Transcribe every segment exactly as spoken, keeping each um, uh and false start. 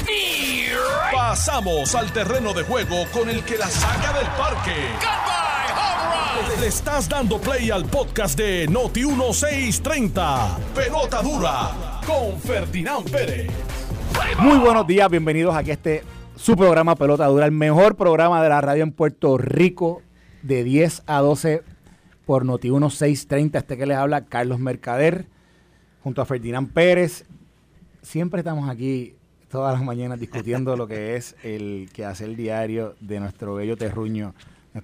Pasamos al terreno de juego con el que la saca del parque. Le estás dando play al podcast de Noti dieciséis treinta. Pelota dura con Ferdinand Pérez. Muy buenos días, bienvenidos aquí a este su programa Pelota Dura, el mejor programa de la radio en Puerto Rico, de diez a doce por Noti dieciséis treinta. Este que les habla, Carlos Mercader, junto a Ferdinand Pérez. Siempre estamos aquí todas las mañanas discutiendo lo que es el quehacer diario de nuestro bello terruño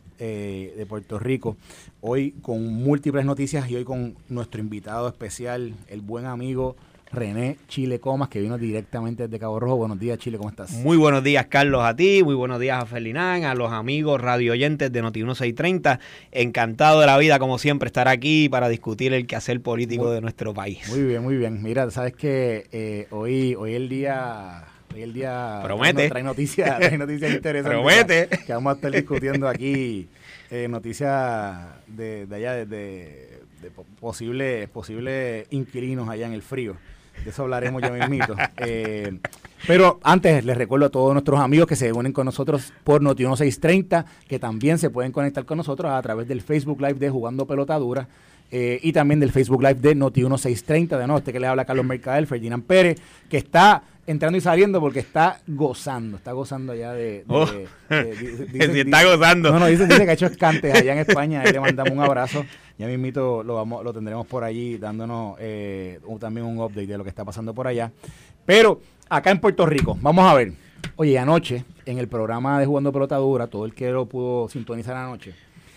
eh, de Puerto Rico. Hoy con múltiples noticias y hoy con nuestro invitado especial, el buen amigo René Chile Comas, que vino directamente desde Cabo Rojo. Buenos días, Chile, ¿cómo estás? Muy buenos días, Carlos, a ti, muy buenos días a Ferdinand, a los amigos radio oyentes de Noti dieciséis treinta. Encantado de la vida, como siempre, estar aquí para discutir el quehacer político muy, de nuestro país. Muy bien, muy bien. Mira, sabes que eh, hoy, hoy el día... Hoy el día promete trae noticias, trae noticias interesantes. Promete. Que, que vamos a estar discutiendo aquí, eh, noticias de, de allá, de, de, de posibles posible inquilinos allá en el frío. De eso hablaremos ya mismito. Eh, pero antes les recuerdo a todos nuestros amigos que se unen con nosotros por Noti dieciséis treinta, que también se pueden conectar con nosotros a través del Facebook Live de Jugando Pelota Dura. Eh, y también del Facebook Live de Noti dieciséis treinta, de nuevo, este que le habla Carlos Mercader, Ferdinand Pérez, que está entrando y saliendo porque está gozando, está gozando allá de... de, oh, de, de dice, sí, dice, está gozando. No, no, dice, dice que ha hecho escantes allá en España, ahí le mandamos un abrazo, ya mismito lo, vamos, lo tendremos por allí dándonos eh, un, también un update de lo que está pasando por allá. Pero acá en Puerto Rico, vamos a ver, oye, anoche en el programa de Jugando Pelota Dura, todo el que lo pudo sintonizar anoche,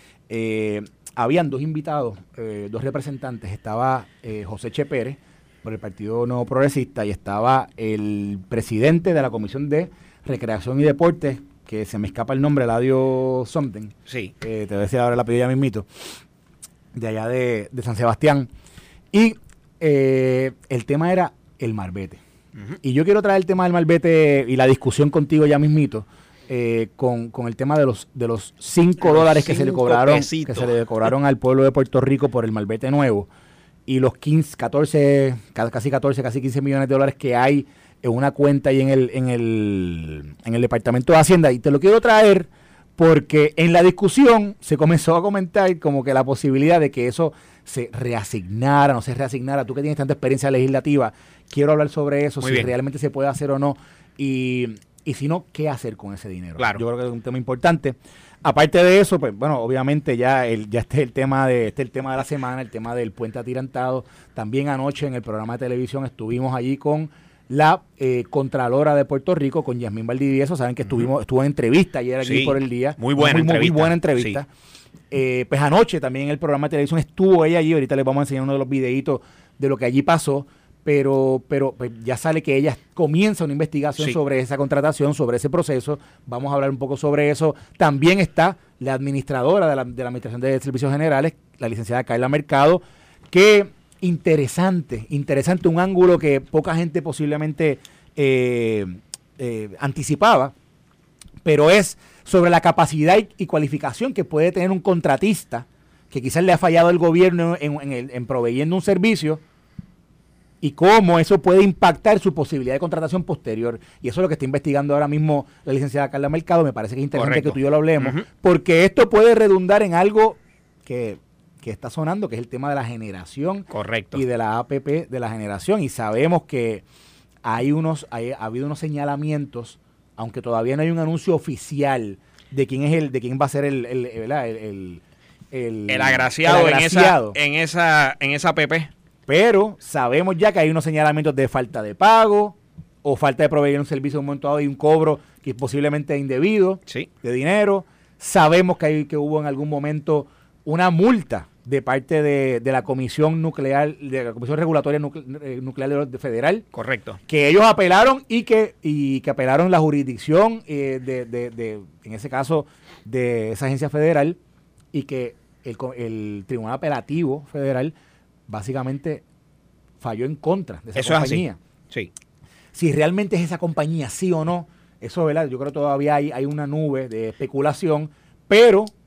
eh, habían dos invitados, eh, dos representantes. Estaba eh, José Che Pérez, por el Partido Nuevo Progresista, y estaba el presidente de la Comisión de Recreación y Deportes, que se me escapa el nombre, Eladio Something. Sí. Eh, te voy a decir ahora el apellido ya mismito, de allá de, de San Sebastián. Y eh, el tema era el marbete. Uh-huh. Y yo quiero traer el tema del marbete y la discusión contigo ya mismito, Eh, con, con el tema de los de los cinco dólares que se le cobraron pesitos. que se le cobraron al pueblo de Puerto Rico por el marbete nuevo y los quince, catorce, casi catorce, casi quince millones de dólares que hay en una cuenta y en el en el en el Departamento de Hacienda. Y te lo quiero traer porque en la discusión se comenzó a comentar como que la posibilidad de que eso se reasignara, no se reasignara. Tú que tienes tanta experiencia legislativa, quiero hablar sobre eso, Muy si bien. realmente se puede hacer o no. Y Y si no, ¿qué hacer con ese dinero? Claro. Yo creo que es un tema importante. Aparte de eso, pues bueno, obviamente ya el, ya este es el tema de este es el tema de la semana, el tema del puente atirantado. También anoche en el programa de televisión estuvimos allí con la eh, Contralora de Puerto Rico, con Yasmín Valdivieso. Saben que estuvimos, uh-huh. estuvo en entrevista ayer aquí sí, por el día. Muy buena muy, entrevista. Muy buena entrevista. Sí. Eh, pues anoche también en el programa de televisión estuvo ella allí. Ahorita les vamos a enseñar uno de los videitos de lo que allí pasó. Pero, pero pues ya sale que ella comienza una investigación sí. sobre esa contratación, sobre ese proceso. Vamos a hablar un poco sobre eso. También está la administradora de la, de la Administración de Servicios Generales, la licenciada Carla Mercado, que interesante, interesante, un ángulo que poca gente posiblemente eh, eh, anticipaba, pero es sobre la capacidad y, y cualificación que puede tener un contratista que quizás le ha fallado el gobierno en, en, el, en proveyendo un servicio, y cómo eso puede impactar su posibilidad de contratación posterior. Y eso es lo que está investigando ahora mismo la licenciada Carla Mercado. Me parece que es interesante Correcto. que tú y yo lo hablemos, uh-huh. porque esto puede redundar en algo que, que está sonando, que es el tema de la generación Correcto. y de la A P P de la generación. Y sabemos que hay unos, hay, ha habido unos señalamientos, aunque todavía no hay un anuncio oficial de quién es el, de quién va a ser el, el, el, el, el, el, el agraciado, el agraciado. En, esa, en esa, en esa A P P. Pero sabemos ya que hay unos señalamientos de falta de pago o falta de proveer un servicio en un momento dado y un cobro que es posiblemente indebido sí. de dinero. Sabemos que, hay, que hubo en algún momento una multa de parte de, de la Comisión Nuclear, de la Comisión Regulatoria Nucle- Nuclear Federal. Correcto. Que ellos apelaron y que y que apelaron la jurisdicción eh, de, de, de, en ese caso, de esa agencia federal, y que el, el Tribunal Apelativo Federal básicamente falló en contra de esa eso compañía. Es así. Sí. Si realmente es esa compañía, sí o no, eso, ¿verdad? Yo creo que todavía hay, hay una nube de especulación, pero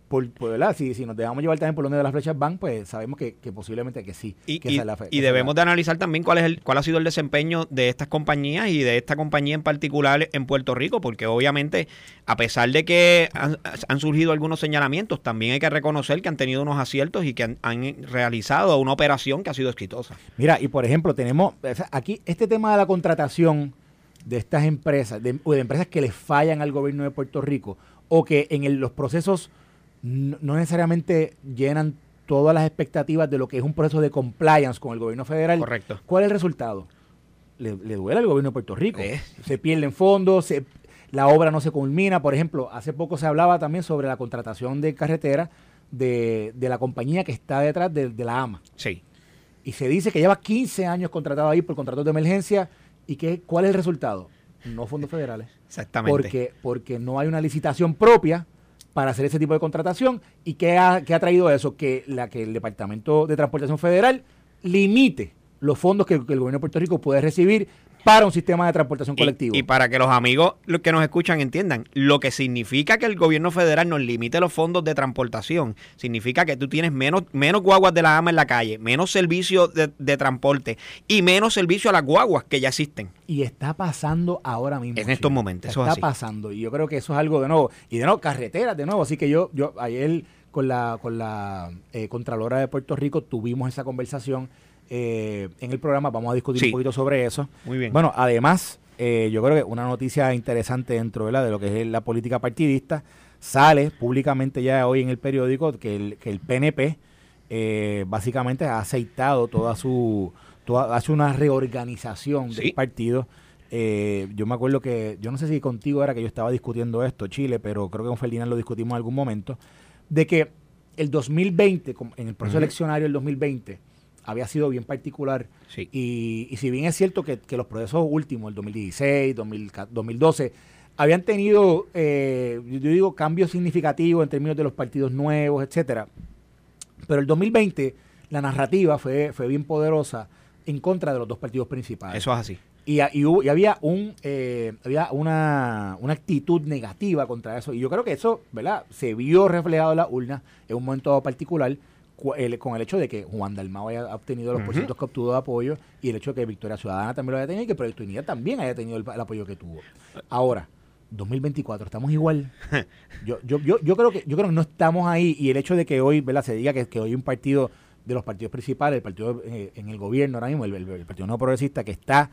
por, por ¿verdad? Si, si nos dejamos llevar también por donde las flechas van, pues sabemos que, que posiblemente que sí. Y, que y, esa es la fe, y debemos la... de analizar también cuál es el, cuál ha sido el desempeño de estas compañías y de esta compañía en particular en Puerto Rico, porque obviamente, a pesar de que han, han surgido algunos señalamientos, también hay que reconocer que han tenido unos aciertos y que han, han realizado una operación que ha sido exitosa. Mira, y por ejemplo, tenemos aquí este tema de la contratación de estas empresas, de, o de empresas que les fallan al gobierno de Puerto Rico, o que en el, los procesos no, no necesariamente llenan todas las expectativas de lo que es un proceso de compliance con el gobierno federal. Correcto. ¿Cuál es el resultado? Le, le duele al gobierno de Puerto Rico. ¿Eh? Se pierden fondos, se, la obra no se culmina. Por ejemplo, hace poco se hablaba también sobre la contratación de carretera de, de la compañía que está detrás de, de la AMA. Sí. Y se dice que lleva quince años contratado ahí por contratos de emergencia. ¿Y qué, cuál es el resultado? No fondos federales. Exactamente. Porque, porque no hay una licitación propia para hacer ese tipo de contratación. ¿Y qué ha, qué ha traído eso? Que, la, que el Departamento de Transportación Federal limite los fondos que, que el gobierno de Puerto Rico puede recibir para un sistema de transportación colectivo. Y, y para que los amigos los que nos escuchan entiendan, lo que significa que el gobierno federal nos limite los fondos de transportación, significa que tú tienes menos, menos guaguas de la AMA en la calle, menos servicio de, de transporte y menos servicio a las guaguas que ya existen. Y está pasando ahora mismo. En estos momentos, eso es así. Está pasando, y yo creo que eso es algo de nuevo. Y de nuevo, carreteras de nuevo. Así que yo, yo ayer con la, con la eh, Contralora de Puerto Rico tuvimos esa conversación. Eh, en el programa vamos a discutir sí. un poquito sobre eso. Muy bien. Bueno, además, eh, yo creo que una noticia interesante dentro, ¿verdad?, de lo que es la política partidista, sale públicamente ya hoy en el periódico que el, que el P N P eh, básicamente ha aceitado toda su, toda, hace una reorganización sí. del partido. Eh, yo me acuerdo que, yo no sé si contigo era que yo estaba discutiendo esto, Chile, pero creo que con Ferdinand lo discutimos en algún momento, de que el dos mil veinte, en el proceso uh-huh. eleccionario del dos mil veinte, había sido bien particular. Sí. Y, y si bien es cierto que, que los procesos últimos, el dos mil dieciséis, dos mil doce, habían tenido, eh, yo digo, cambios significativos en términos de los partidos nuevos, etcétera. Pero el dos mil veinte, la narrativa fue, fue bien poderosa en contra de los dos partidos principales. Eso es así. Y, y, hubo, y había un eh, había una, una actitud negativa contra eso. Y yo creo que eso, ¿verdad?, se vio reflejado en la urna en un momento particular, El, con el hecho de que Juan Dalmau haya obtenido los uh-huh. porcientos que obtuvo de apoyo y el hecho de que Victoria Ciudadana también lo haya tenido y que Proyecto Unidad también haya tenido el, el apoyo que tuvo. Ahora, dos mil veinticuatro, estamos igual. Yo yo yo yo creo que yo creo que no estamos ahí, y el hecho de que hoy, ¿verdad?, se diga que, que hoy un partido de los partidos principales, el partido eh, en el gobierno ahora mismo, el, el, el Partido No Progresista, que está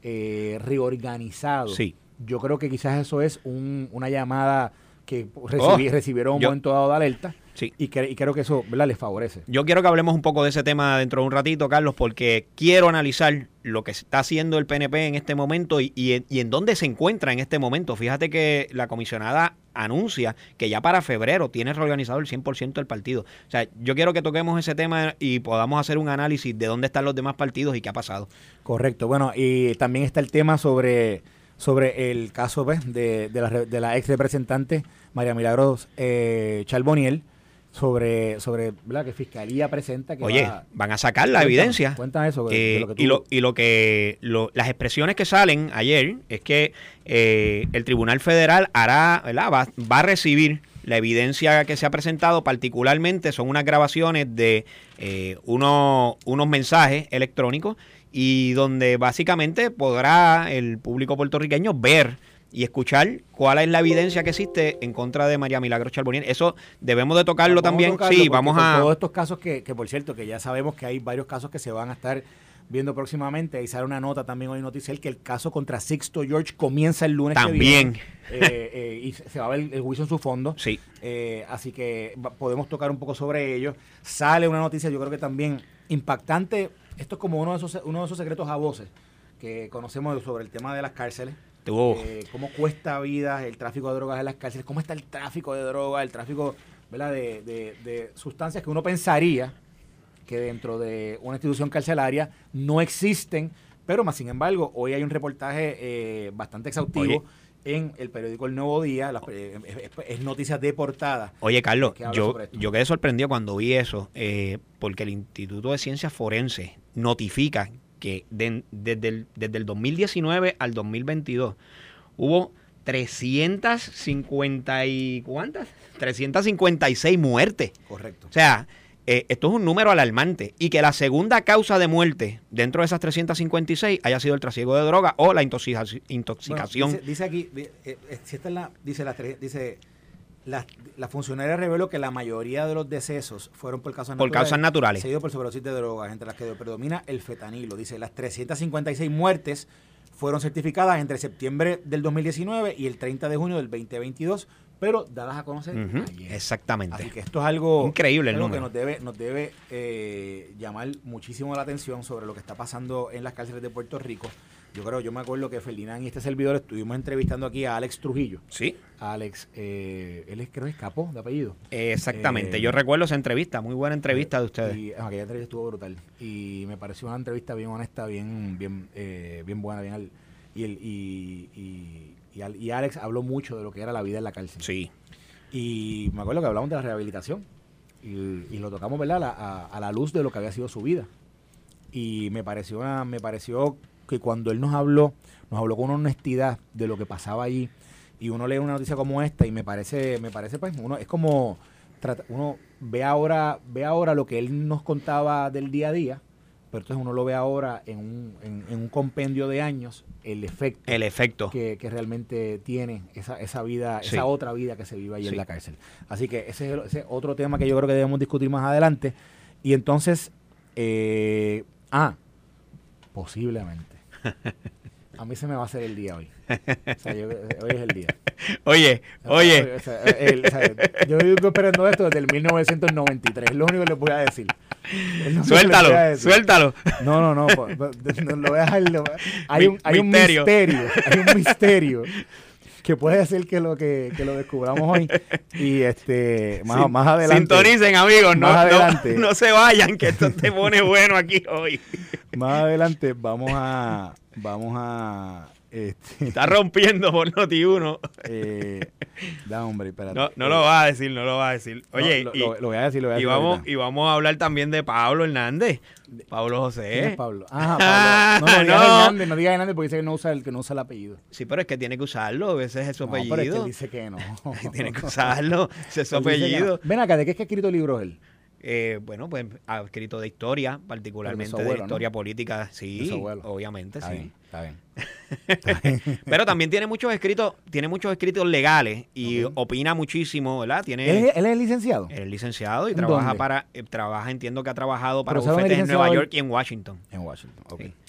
eh, reorganizado. Sí. Yo creo que quizás eso es un, una llamada que recibí, oh, recibieron un yo, momento dado de alerta. Sí. Y, que, y creo que eso, ¿verdad?, les favorece. Yo quiero que hablemos un poco de ese tema dentro de un ratito, Carlos, porque quiero analizar lo que está haciendo el P N P en este momento y, y, y en dónde se encuentra en este momento. Fíjate que la comisionada anuncia que ya para febrero tiene reorganizado el cien por ciento del partido. O sea, yo quiero que toquemos ese tema y podamos hacer un análisis de dónde están los demás partidos y qué ha pasado. Correcto. Bueno, y también está el tema sobre... sobre el caso pues, de, de, la, de la ex representante María Milagros eh, Charboniel, sobre, sobre ¿verdad?, que Fiscalía presenta que Oye, va, van a sacar la cuéntame, evidencia. Cuéntame eso. Eh, de lo que tú... y, lo, y lo que lo, las expresiones que salen ayer es que eh, el Tribunal Federal hará, ¿verdad?, va, va a recibir la evidencia que se ha presentado, particularmente son unas grabaciones de eh, uno, unos mensajes electrónicos, y donde básicamente podrá el público puertorriqueño ver y escuchar cuál es la evidencia que existe en contra de María Milagros Charboniel. Eso debemos de tocarlo vamos también. Tocarlo sí, vamos a... Todos estos casos que, que, por cierto, que ya sabemos que hay varios casos que se van a estar viendo próximamente. Ahí sale una nota también hoy en Noticiel que el caso contra Sixto George comienza el lunes también. que viene. Eh, eh, y se va a ver el, el juicio en su fondo. Sí. Eh, así que va, podemos tocar un poco sobre ello. Sale una noticia, yo creo que también impactante. Esto es como uno de esos, uno de esos secretos a voces que conocemos sobre el tema de las cárceles. Eh, cómo cuesta vida el tráfico de drogas en las cárceles, cómo está el tráfico de drogas, el tráfico, ¿verdad?, de, de, de sustancias que uno pensaría que dentro de una institución carcelaria no existen, pero más sin embargo, hoy hay un reportaje eh, bastante exhaustivo. Oye. En el periódico El Nuevo Día, las, eh, es, es noticias de portada. Oye, Carlos, yo, yo quedé sorprendido cuando vi eso, eh, porque el Instituto de Ciencias Forenses notifica que de, desde, el, desde el dos mil diecinueve al dos mil veintidós hubo trescientas cincuenta y ¿cuántas? trescientas cincuenta y seis muertes. Correcto. O sea, eh, esto es un número alarmante. Y que la segunda causa de muerte dentro de esas trescientas cincuenta y seis haya sido el trasiego de droga o la intoxicación. intoxicación. Bueno, dice, dice aquí, eh, eh, si esta es la, dice la, dice la, la funcionaria reveló que la mayoría de los decesos fueron por causas por naturales. causas naturales. Seguido por sobredosis de drogas, entre las que predomina el fetanilo. Dice, las trescientas cincuenta y seis muertes fueron certificadas entre septiembre del dos mil diecinueve y el treinta de junio del veinte veintidós, pero dadas a conocer Uh-huh, ayer. exactamente. Así que esto es algo increíble, el algo número. que nos debe, nos debe eh, llamar muchísimo la atención sobre lo que está pasando en las cárceles de Puerto Rico. Yo creo, yo me acuerdo que Ferdinand y este servidor estuvimos entrevistando aquí a Alex Trujillo. Sí. Alex, eh, él es, creo que es Capó de apellido. Eh, exactamente. Eh, Yo recuerdo esa entrevista, muy buena entrevista de ustedes. Y aquella entrevista estuvo brutal. Y me pareció una entrevista bien honesta, bien, bien, eh, bien buena, bien al, y, el, y, y, y, al, y Alex habló mucho de lo que era la vida en la cárcel. Sí. Y me acuerdo que hablamos de la rehabilitación y, y lo tocamos, ¿verdad? A, a, a la luz de lo que había sido su vida. Y me pareció, una, me pareció que cuando él nos habló, nos habló con una honestidad de lo que pasaba allí, y uno lee una noticia como esta y me parece, me parece pues, uno es como trata, uno ve ahora, ve ahora lo que él nos contaba del día a día, pero entonces uno lo ve ahora en un, en, en un compendio de años, el efecto, el efecto. Que, que realmente tiene esa, esa vida, Sí. esa otra vida que se vive ahí Sí. en la cárcel. Así que ese es, el, ese es otro tema que yo creo que debemos discutir más adelante. Y entonces, eh, ah, posiblemente. A mí se me va a hacer el día hoy. O sea, yo, hoy es el día. Oye, oye. O sea, el, o sea, yo vivo esperando esto desde el mil novecientos noventa y tres. Es lo único que les voy a decir. Es lo único que les voy a Suéltalo, decir. suéltalo. No, no, no. po- po- no, lo voy a dejar. lo- hay, un, hay un Misterio. misterio. Hay un misterio que puede ser que lo que, que lo descubramos hoy. Y este más, Sin- más adelante. Sintonicen, amigos. No, Más no- adelante. no se vayan, que esto te pone bueno aquí hoy. Más adelante vamos a. Vamos a. Este, Está rompiendo por Noti uno. eh, da, hombre, espérate. No, no lo vas a decir, no lo vas a decir. Oye, No, lo, y, lo- lo voy a decir, lo voy a y decir. vamos, ahorita. y vamos a hablar también de Pablo Hernández. Pablo José. ¿Quién es Pablo? Ah, Pablo. No, no digas No. Hernández, no digas Hernández porque dice que no usa el que no usa el apellido. Sí, pero es que tiene que usarlo, ese es su No, apellido. pero es que él dice que no. Tiene que usarlo, ese es su Él dice que apellido. no. Ven acá, ¿de qué es que ha escrito libros él? Eh, bueno, pues ha escrito de historia, particularmente Pero de su abuelo, de historia ¿no? política, De sí, su abuelo. obviamente, Está sí. bien, está bien. Está bien. Pero también tiene muchos escritos, tiene muchos escritos legales y Ok. opina muchísimo, ¿verdad? Tiene ¿Él, es- él es licenciado? él es licenciado y ¿En trabaja dónde? para, eh, trabaja, entiendo que ha trabajado para Pero ¿sabe dónde bufetes en licenciado Nueva él? York y en Washington. En Washington, ok. Sí.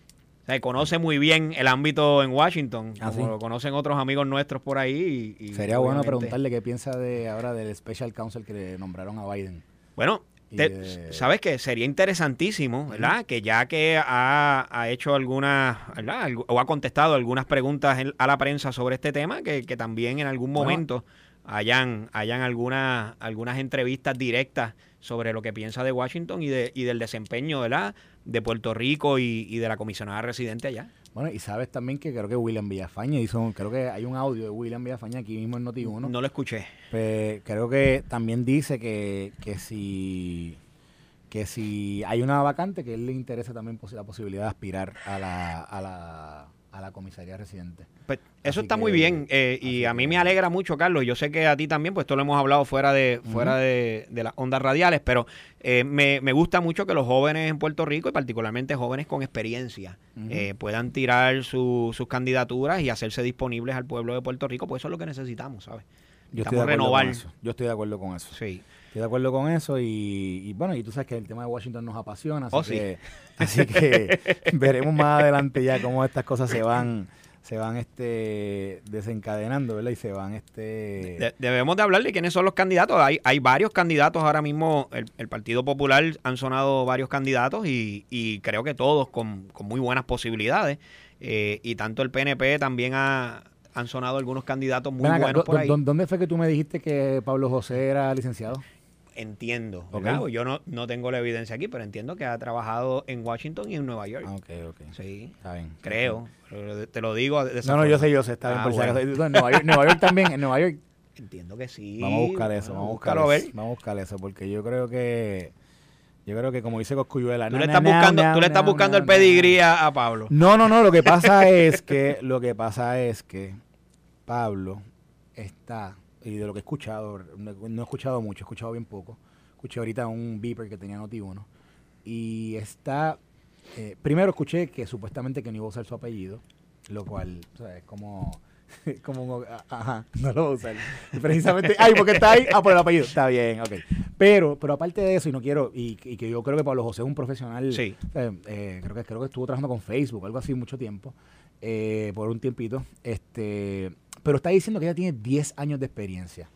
O sea, conoce muy bien el ámbito en Washington, Ah, como ¿sí? lo conocen otros amigos nuestros por ahí. Y, y Sería bueno obviamente- preguntarle qué piensa de ahora del Special Counsel que le nombraron a Biden. Bueno, Y te- de- sabes que sería interesantísimo, ¿verdad? Que ya que ha, ha hecho algunas, ¿verdad? Algu- O ha contestado algunas preguntas en- a la prensa sobre este tema, que, que también en algún Bueno. momento hayan, hayan algunas, algunas entrevistas directas sobre lo que piensa de Washington y, de, y del desempeño, ¿verdad? De Puerto Rico y, y de la comisionada residente allá. Bueno, y sabes también que creo que William Villafaña hizo, un- creo que hay un audio de William Villafaña aquí mismo en Noti uno. No lo escuché. Pues, creo que también dice que, que si que si hay una vacante, que a él le interesa también posi- la posibilidad de aspirar a la, a la, a la comisaría residente. Pues eso Así está que- muy bien eh, y así a mí que- me alegra mucho, Carlos. Yo sé que a ti también, pues esto lo hemos hablado fuera de Ujú. fuera de, de las ondas radiales, pero eh, me, me gusta mucho que los jóvenes en Puerto Rico y particularmente jóvenes con experiencia Ujú. eh, puedan tirar su- sus candidaturas y hacerse disponibles al pueblo de Puerto Rico, pues eso es lo que necesitamos, ¿sabes? Yo estoy, de Necesitamos acuerdo renovar. con eso. Yo estoy de acuerdo con eso. Sí. Estoy de acuerdo con eso y, y bueno, y tú sabes que el tema de Washington nos apasiona, así Oh, sí. que, así que veremos más adelante ya cómo estas cosas se van se van este desencadenando, ¿verdad? Y se van este De- debemos de hablar de quiénes son los candidatos. Hay, hay varios candidatos ahora mismo. El, el Partido Popular han sonado varios candidatos y, y creo que todos con, con muy buenas posibilidades. Eh, y tanto el P N P también ha, han sonado algunos candidatos muy Ven acá, buenos ¿dó- por ahí. dó- ¿Dónde fue que tú me dijiste que Pablo José era licenciado? Entiendo. Ok. ¿verdad? Yo no, no tengo la evidencia aquí, pero entiendo que ha trabajado en Washington y en Nueva York. Ah, ok, ok. Sí, Está bien. creo. Pero te lo digo de esa No, no, yo forma. sé, yo sé, está bien. Ah, por si bueno. acaso. En Nueva York, Nueva York también, en Nueva York. Entiendo que sí. Vamos a buscar eso, Bueno, vamos a buscar búscalo, a eso. ver. Vamos a buscar eso, porque yo creo que, yo creo que como dice Cosculluela, Tú na, le na, estás na, buscando, na, tú le na, estás buscando na, el na. pedigrí a, a Pablo. No, no, no, lo que pasa es que, lo que pasa es que Pablo está, y de lo que he escuchado, no, no he escuchado mucho, he escuchado bien poco. Escuché ahorita un beeper que tenía Noti uno. Y está, eh, primero escuché que supuestamente que no iba a usar su apellido, lo cual, o sea, es como... como un, ajá, no lo voy a usar. Y precisamente, ay, porque está ahí, ah, por el apellido, está bien, ok. Pero, pero aparte de eso, y no quiero, y, y que yo creo que Pablo José es un profesional, sí. eh, eh, creo que creo que estuvo trabajando con Facebook, algo así mucho tiempo, eh, por un tiempito, este, pero está diciendo que ella tiene diez años de experiencia.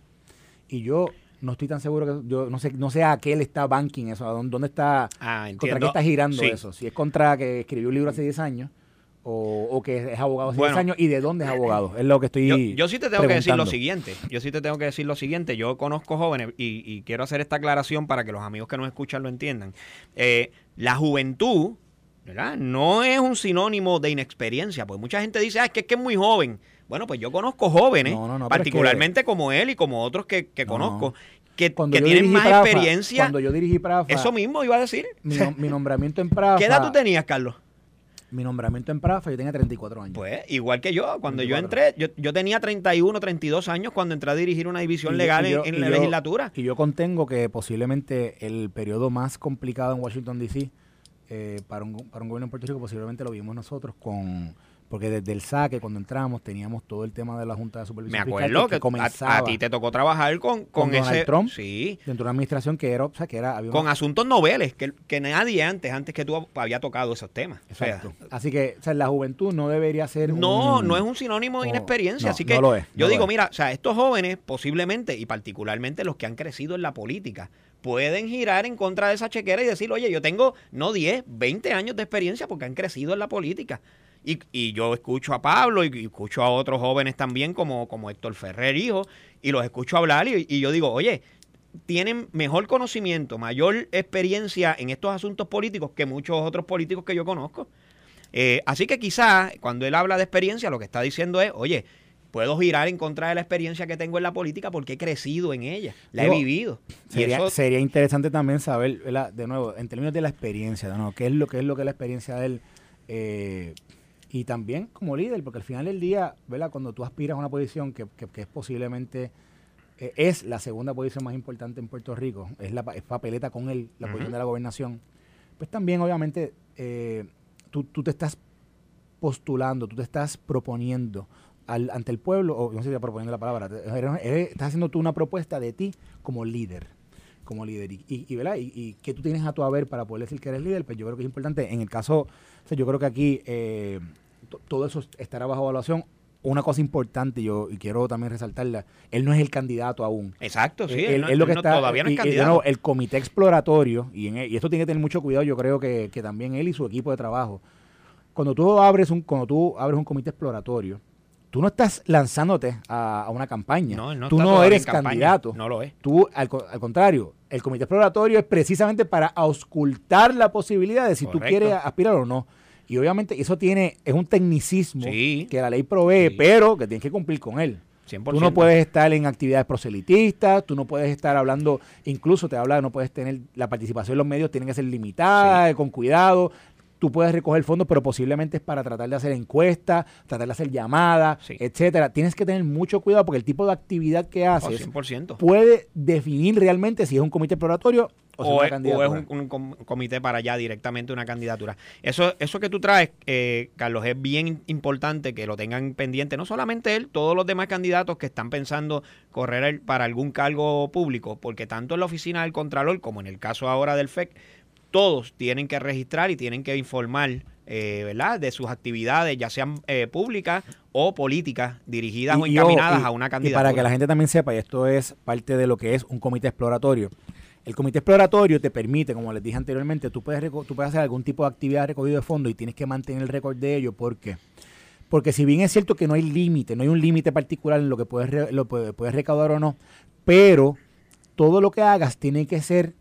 Y yo no estoy tan seguro que, yo no sé, no sé a qué le está banking eso, a dónde, dónde está, ah, contra qué está girando sí. eso. Si es contra que escribió un libro hace diez años, O, o que es abogado hace bueno, diez años, y de dónde es abogado, es lo que estoy yo, yo sí te tengo que decir lo preguntando. siguiente, yo sí te tengo que decir lo siguiente, yo conozco jóvenes y, y quiero hacer esta aclaración para que los amigos que nos escuchan lo entiendan. Eh, la juventud, ¿verdad?, no es un sinónimo de inexperiencia, porque mucha gente dice, ah, es que es que es muy joven. Bueno, pues yo conozco jóvenes, no, no, no, particularmente es que, como él y como otros que, que no, conozco, no. que, Cuando que yo tienen más Prafa, experiencia. Cuando yo dirigí Prafa, eso mismo iba a decir. Mi, mi nombramiento en Prafa. ¿Qué edad tú tenías, Carlos? Mi nombramiento en Prafa, yo tenía treinta y cuatro años. Pues, igual que yo, cuando treinta y cuatro. yo entré, yo, yo tenía treinta y uno, treinta y dos años cuando entré a dirigir una división y, legal y yo, en, en la yo, legislatura. Y yo contengo que posiblemente el periodo más complicado en Washington, D C, eh, para, un, para un gobierno en Puerto Rico, posiblemente lo vimos nosotros con... Porque desde el saque, cuando entramos, teníamos todo el tema de la Junta de Supervisión Me acuerdo Fiscal, que, que comenzaba a, a ti te tocó trabajar con, con, con ese... Donald Trump, sí, dentro de una administración que era... O sea, que era había con una, asuntos noveles, que, que nadie antes, antes que tú había tocado esos temas. Exacto. O sea, así que, o sea, la juventud no debería ser No, un, no es un sinónimo de no, inexperiencia. no, así que no lo es, yo no digo, lo es. mira, o sea, estos jóvenes posiblemente, y particularmente los que han crecido en la política, pueden girar en contra de esa chequera y decir, oye, yo tengo no diez, veinte años de experiencia porque han crecido en la política. Y, y yo escucho a Pablo y, y escucho a otros jóvenes también como, como Héctor Ferrer, hijo, y los escucho hablar y, y yo digo, oye, tienen mejor conocimiento, mayor experiencia en estos asuntos políticos que muchos otros políticos que yo conozco. Eh, así que quizás cuando él habla de experiencia, lo que está diciendo es, oye, puedo girar en contra de la experiencia que tengo en la política porque he crecido en ella, la Digo, he vivido. Sería, y eso, sería interesante también saber, ¿verdad? De nuevo, en términos de la experiencia, ¿no? ¿Qué es lo que es lo que es la experiencia de él? Eh, y también como líder, porque al final del día, ¿verdad? Cuando tú aspiras a una posición que, que, que es posiblemente, eh, es la segunda posición más importante en Puerto Rico, es la es papeleta con él, la uh-huh. posición de la gobernación, pues también obviamente eh, tú, tú te estás postulando, tú te estás proponiendo al, ante el pueblo, o no sé si proponiendo la palabra, eres, eres, estás haciendo tú una propuesta de ti como líder, como líder, y, y, y ¿verdad? Y, y que tú tienes a tu haber para poder decir que eres líder, pues yo creo que es importante. En el caso, o sea, yo creo que aquí eh, t- todo eso estará bajo evaluación. Una cosa importante, yo y quiero también resaltarla, él no es el candidato aún. Exacto, sí, él, él, no, él lo que él está, no, todavía no es y, candidato. Y, de nuevo, el comité exploratorio, y, en, y esto tiene que tener mucho cuidado, yo creo que, que también él y su equipo de trabajo, cuando tú abres un, cuando tú abres un comité exploratorio, tú no estás lanzándote a, a una campaña. No, no tú no eres candidato. No lo es. Tú, al, al contrario, el comité exploratorio es precisamente para auscultar la posibilidad de si Correcto. Tú quieres aspirar o no. Y obviamente eso tiene es un tecnicismo sí. que la ley provee, sí. pero que tienes que cumplir con él. cien por ciento. Tú no puedes estar en actividades proselitistas, tú no puedes estar hablando, incluso te habla, no puedes tener, la participación en los medios tiene que ser limitada, sí. con cuidado. Tú puedes recoger fondos, pero posiblemente es para tratar de hacer encuestas, tratar de hacer llamadas, sí. etcétera. Tienes que tener mucho cuidado porque el tipo de actividad que haces oh, cien por ciento. Puede definir realmente si es un comité exploratorio o, si o, es, una es, candidatura. o es un, un comité para allá directamente una candidatura. Eso eso que tú traes, eh, Carlos, es bien importante que lo tengan pendiente, no solamente él, todos los demás candidatos que están pensando correr para algún cargo público, porque tanto en la oficina del Contralor como en el caso ahora del F E C, todos tienen que registrar y tienen que informar, eh, ¿verdad?, de sus actividades, ya sean eh, públicas o políticas, dirigidas y, o encaminadas y, a una candidatura. Y para que la gente también sepa, y esto es parte de lo que es un comité exploratorio, el comité exploratorio te permite, como les dije anteriormente, tú puedes, tú puedes hacer algún tipo de actividad de recogido de fondos y tienes que mantener el récord de ello. ¿Por qué? Porque si bien es cierto que no hay límite, no hay un límite particular en lo que puedes, re, lo puedes, puedes recaudar o no, pero todo lo que hagas tiene que ser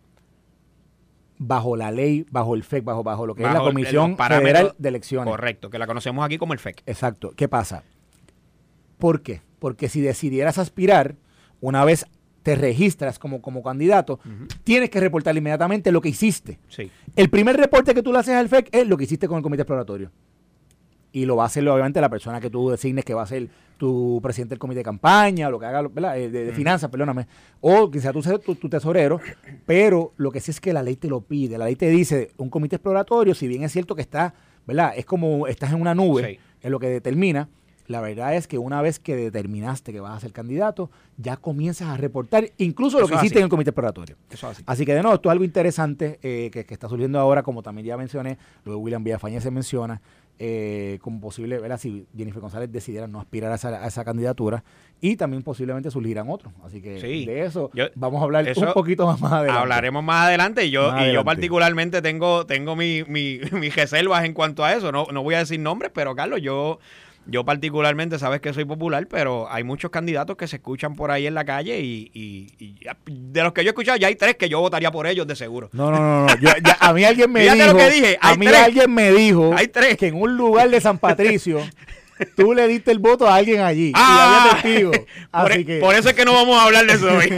bajo la ley, bajo el F E C, bajo, bajo lo que bajo es la Comisión Federal de Elecciones. Correcto, que la conocemos aquí como el F E C. Exacto. ¿Qué pasa? ¿Por qué? Porque si decidieras aspirar, una vez te registras como, como candidato, uh-huh. tienes que reportar inmediatamente lo que hiciste. Sí. El primer reporte que tú le haces al F E C es lo que hiciste con el comité exploratorio. y lo va a hacer obviamente la persona que tú designes que va a ser tu presidente del comité de campaña, o lo que haga, ¿verdad? De, de, de finanzas, perdóname, o quizá tú seas tu, tu tesorero, pero lo que sí es que la ley te lo pide, la ley te dice, un comité exploratorio, si bien es cierto que está, ¿verdad? Es como estás en una nube, sí. En lo que determina, la verdad es que una vez que determinaste que vas a ser candidato, ya comienzas a reportar incluso lo Eso que hiciste así. En el comité exploratorio. Eso así. Así que de nuevo, esto es algo interesante eh, que, que está surgiendo ahora, como también ya mencioné, lo de William Villafañez se menciona, eh, como posible, ¿verdad? Si Jennifer González decidiera no aspirar a esa, a esa candidatura, y también posiblemente surgirán otros. Así que sí. de eso yo, vamos a hablar un poquito más, más adelante. Hablaremos más adelante, y yo, más y adelante. yo particularmente tengo, tengo mi, mi, mis reservas en cuanto a eso. No, no voy a decir nombres, pero Carlos, yo... Yo particularmente, sabes que soy popular, pero hay muchos candidatos que se escuchan por ahí en la calle y, y, y de los que yo he escuchado ya hay tres que yo votaría por ellos de seguro. No, no, no, no. Yo, ya, a mí alguien me dijo, lo que dije, a mí tres. alguien me dijo hay tres. que en un lugar de San Patricio tú le diste el voto a alguien allí ah, y había testigos. Por, así que, por eso es que no vamos a hablar de eso hoy.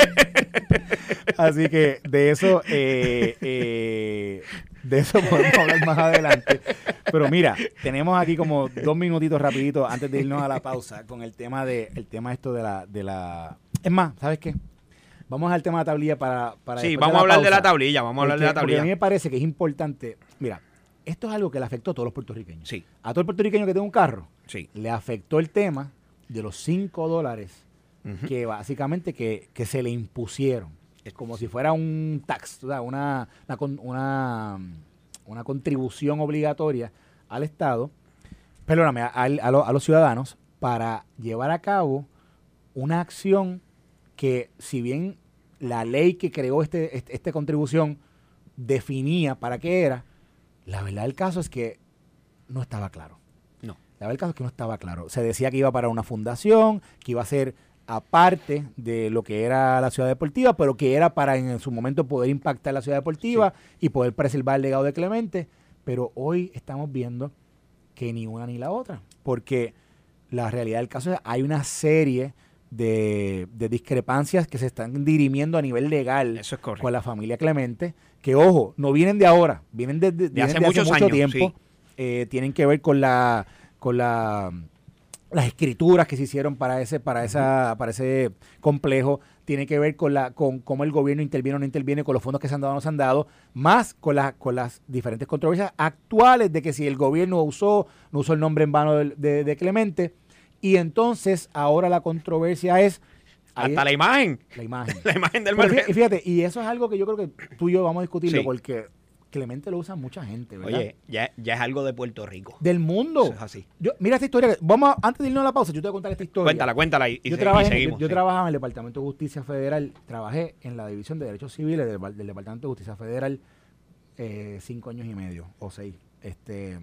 Así que de eso, eh, eh, de eso podemos hablar más adelante. Pero mira, tenemos aquí como dos minutitos rapiditos antes de irnos a la pausa con el tema de el tema esto de la de la. Es más, ¿sabes qué? Vamos al tema de la tablilla para para. Sí, vamos a hablar pausa, de la tablilla. Vamos a hablar porque, de la tablilla. Porque a mí me parece que es importante. Mira, esto es algo que le afectó a todos los puertorriqueños. Sí. A todo el puertorriqueño que tiene un carro. Sí. Le afectó el tema de los cinco dólares uh-huh. que básicamente que, que se le impusieron. Es como si fuera un tax, o sea, una, una, una, una contribución obligatoria al Estado, perdóname, a, a, a, lo, a los ciudadanos para llevar a cabo una acción que, si bien la ley que creó este, este, esta contribución definía para qué era, la verdad del caso es que no estaba claro. No. La verdad del caso es que no estaba claro. Se decía que iba para una fundación, que iba a ser aparte de lo que era la ciudad deportiva, pero que era para en su momento poder impactar la ciudad deportiva sí. y poder preservar el legado de Clemente, pero hoy estamos viendo que ni una ni la otra, porque la realidad del caso es que hay una serie de, de discrepancias que se están dirimiendo a nivel legal Eso es correcto. con la familia Clemente, que ojo, no vienen de ahora, vienen de, de, de vienen hace, de muchos hace mucho años, tiempo, sí. eh, tienen que ver con la con la las escrituras que se hicieron para ese para esa para ese complejo, tiene que ver con la con cómo el gobierno interviene o no interviene, con los fondos que se han dado o no se han dado, más con las con las diferentes controversias actuales de que si el gobierno usó no usó el nombre en vano de, de, de Clemente, y entonces ahora la controversia es hasta ahí, la imagen la imagen la imagen del fíjate, y fíjate, y eso es algo que yo creo que tú y yo vamos a discutirlo sí. porque Clemente lo usa mucha gente, ¿verdad? Oye, ya, ya es algo de Puerto Rico. Del mundo. Eso es así. Yo, mira esta historia. Vamos a, antes de irnos a la pausa, yo te voy a contar esta historia. Cuéntala, cuéntala y, yo y, trabajé, y seguimos. Yo, yo sí. trabajaba en el Departamento de Justicia Federal. Trabajé en la División de Derechos Civiles del, del Departamento de Justicia Federal eh, cinco años y medio o seis. Este,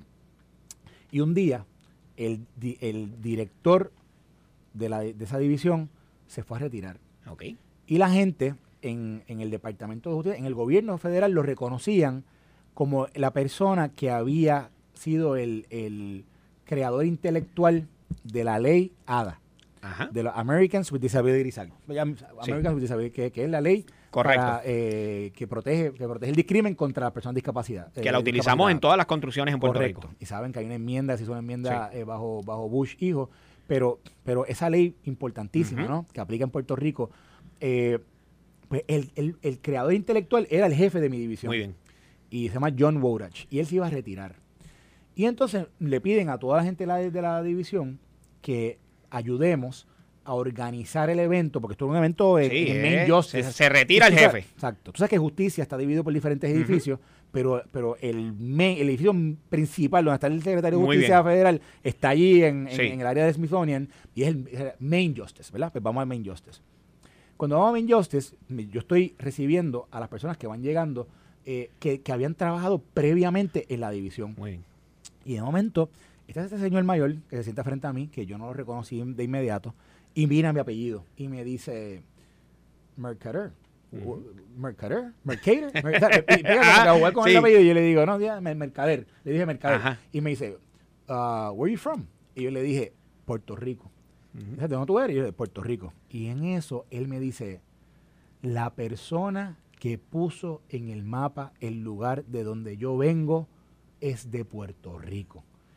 y un día, el, el director de, la, de esa división se fue a retirar. Okay. Y la gente en, en el Departamento de Justicia, en el gobierno federal, lo reconocían como la persona que había sido el, el creador intelectual de la ley A D A, Ajá. de los Americans with Disabilities Act, Americans sí. with Disabilities, que, que es la ley para, eh, que protege que protege el discrimen contra las personas discapacidad, que eh, la utilizamos en todas las construcciones en Puerto Correcto. Rico. Y saben que hay una enmienda, se hizo una enmienda sí. eh, bajo bajo Bush hijo, pero pero esa ley importantísima, uh-huh. ¿no? Que aplica en Puerto Rico, eh, pues el, el, el creador intelectual era el jefe de mi división. Muy bien. Y se llama John Wodach, y él se iba a retirar. Y entonces le piden a toda la gente de la, de la división que ayudemos a organizar el evento, porque esto es un evento en, sí, en Main eh, Justice. Se, se retira el jefe. Exacto. Tú sabes que justicia está dividido por diferentes uh-huh. edificios, pero pero el, main, el edificio principal, donde está el secretario de Muy Justicia bien. Federal, está allí en, en, sí. en el área de Smithsonian, y es el, es el Main Justice, ¿verdad? Pues vamos al Main Justice. Cuando vamos a Main Justice, yo estoy recibiendo a las personas que van llegando Eh, que, que habían trabajado previamente en la división. Muy bien. Y de momento, está este señor mayor que se sienta frente a mí, que yo no lo reconocí de inmediato, y mira mi apellido y me dice Mercader. Uh-huh. Mercader, Mercader, Mercader. Y pega jugar con sí. el apellido y yo le digo, no, ya, Mercader. Le dije Mercader. Ajá. Y me dice, uh, where are you from? Y yo le dije, Puerto Rico. Uh-huh. Dice, ¿de dónde tú eres? Y yo, de Puerto Rico. Y en eso él me dice, la persona que puso en el mapa el lugar de donde yo vengo es de Puerto Rico.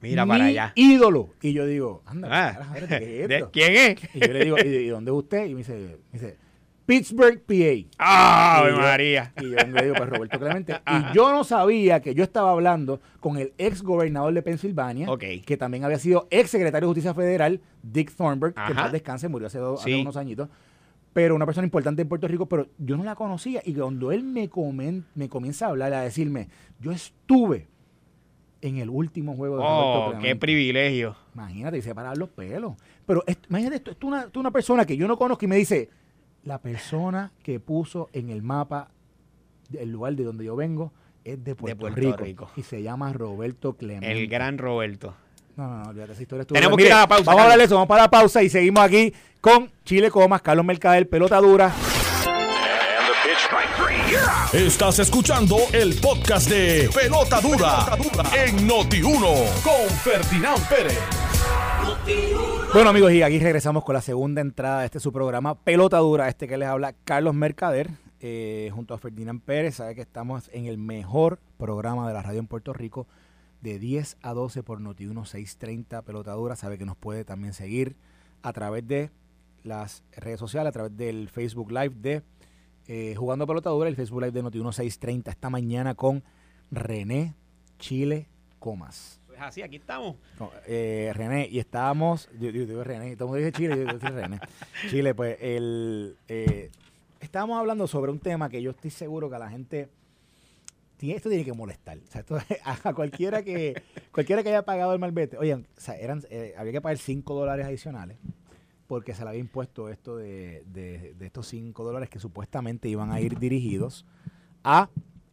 Mira mi para allá. ídolo. Y yo digo, anda, Ah, carajo, espérate, ¿qué es ¿de esto? ¿Quién es? Y yo le digo, ¿y, y dónde es usted? Y me dice, me dice Pittsburgh, P A. ¡Ah, Y yo- María! Y yo le digo, pues Roberto Clemente. Y yo no sabía que yo estaba hablando con el ex gobernador de Pensilvania, Ok. que también había sido ex secretario de Justicia Federal, Dick Thornburgh, que en Ajá. paz descanse, murió hace, do- hace Sí. unos añitos. Pero una persona importante en Puerto Rico, pero yo no la conocía. Y cuando él me, comen, me comienza a hablar, a decirme, yo estuve en el último juego de Roberto ¡Oh, Clemente. qué privilegio! Imagínate, y se paran los pelos. Pero esto, imagínate, esto, esto es una, esto es una persona que yo no conozco y me dice, la persona que puso en el mapa el lugar de donde yo vengo es de Puerto, Puerto Rico, Rico. Y se llama Roberto Clemente. El gran Roberto. No, no, no, olvídate, esa historia estuvo- Tenemos Mire, que ir a la pausa, Vamos a Carlos. hablar de eso, vamos para la pausa y seguimos aquí con Chile Comas, Carlos Mercader, Pelota Dura. Estás escuchando el podcast de Pelota Dura, en Noti uno con Ferdinand Pérez. Bueno, amigos, y aquí regresamos con la segunda entrada de este su programa, Pelota Dura, este que les habla Carlos Mercader, eh, junto a Ferdinand Pérez. Sabe que estamos en el mejor programa de la radio en Puerto Rico, de diez a doce por Noti uno seiscientos treinta Pelota Dura. Sabe que nos puede también seguir a través de las redes sociales, a través del Facebook Live de eh, Jugando Pelota Dura, el Facebook Live de Noti uno seiscientos treinta esta mañana con René Chile Comas. Pues así, aquí estamos. No, eh, René, y estábamos, yo, yo digo René, todo el mundo dice Chile, yo, yo digo René. Chile, pues, el, eh, estábamos hablando sobre un tema que yo estoy seguro que a la gente, tiene, esto tiene que molestar. O sea, esto, a cualquiera que cualquiera que haya pagado el malvete, oye, o sea, eran, eh, había que pagar cinco dólares adicionales porque se le había impuesto esto de, de, de estos cinco dólares que supuestamente iban a ir dirigidos a